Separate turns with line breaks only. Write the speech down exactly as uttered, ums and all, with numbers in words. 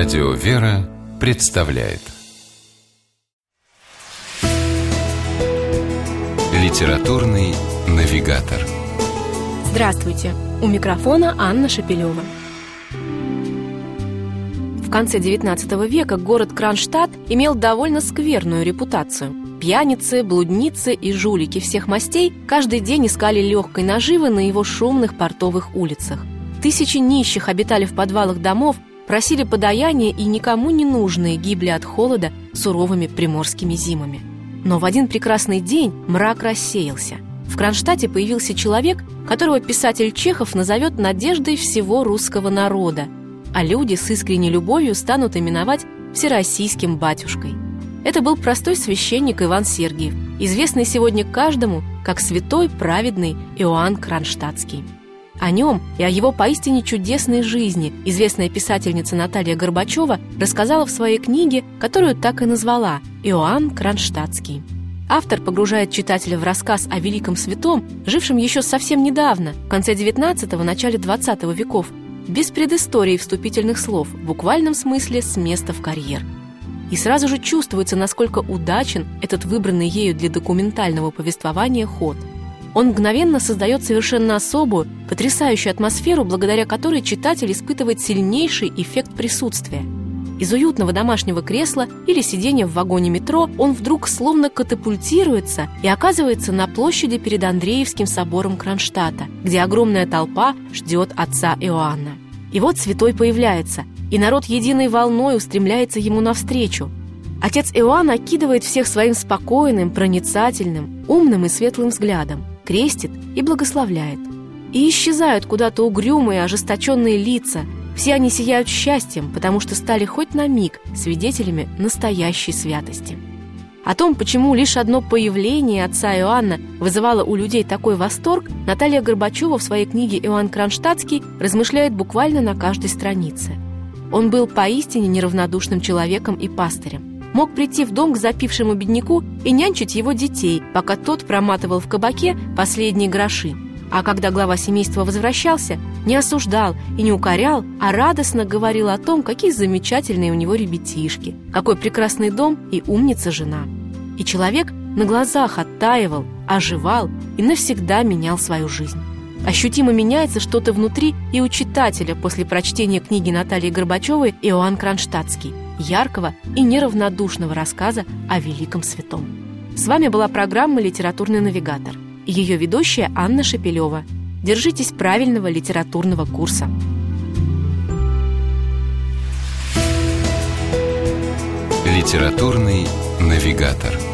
Радио «Вера» представляет Литературный навигатор.
Здравствуйте! У микрофона Анна Шепелева. В конце девятнадцатого века город Кронштадт имел довольно скверную репутацию. Пьяницы, блудницы и жулики всех мастей каждый день искали легкой наживы на его шумных портовых улицах. Тысячи нищих обитали в подвалах домов, просили подаяния и никому не нужные гибли от холода суровыми приморскими зимами. Но в один прекрасный день мрак рассеялся. В Кронштадте появился человек, которого писатель Чехов назовет надеждой всего русского народа, а люди с искренней любовью станут именовать всероссийским батюшкой. Это был простой священник Иван Сергиев, известный сегодня каждому как святой праведный Иоанн Кронштадтский. О нем и о его поистине чудесной жизни известная писательница Наталья Горбачева рассказала в своей книге, которую так и назвала «Иоанн Кронштадтский». Автор погружает читателя в рассказ о великом святом, жившем еще совсем недавно, в конце девятнадцатого – начале двадцатого веков, без предыстории вступительных слов, в буквальном смысле с места в карьер. И сразу же чувствуется, насколько удачен этот выбранный ею для документального повествования ход. Он мгновенно создает совершенно особую, потрясающую атмосферу, благодаря которой читатель испытывает сильнейший эффект присутствия. Из уютного домашнего кресла или сидения в вагоне метро он вдруг словно катапультируется и оказывается на площади перед Андреевским собором Кронштадта, где огромная толпа ждет отца Иоанна. И вот святой появляется, и народ единой волной устремляется ему навстречу. Отец Иоанн окидывает всех своим спокойным, проницательным, умным и светлым взглядом, крестит и благословляет. И исчезают куда-то угрюмые, ожесточенные лица. Все они сияют счастьем, потому что стали хоть на миг свидетелями настоящей святости. О том, почему лишь одно появление отца Иоанна вызывало у людей такой восторг, Наталья Горбачева в своей книге «Иоанн Кронштадтский» размышляет буквально на каждой странице. Он был поистине неравнодушным человеком и пастырем. Мог прийти в дом к запившему бедняку и нянчить его детей, пока тот проматывал в кабаке последние гроши. А когда глава семейства возвращался, не осуждал и не укорял, а радостно говорил о том, какие замечательные у него ребятишки, какой прекрасный дом и умница жена. И человек на глазах оттаивал, оживал и навсегда менял свою жизнь. Ощутимо меняется что-то внутри и у читателя после прочтения книги Натальи Горбачевой «Иоанн Кронштадтский», яркого и неравнодушного рассказа о великом святом. С вами была программа «Литературный навигатор» и ее ведущая Анна Шепелева. Держитесь правильного литературного курса.
Литературный навигатор.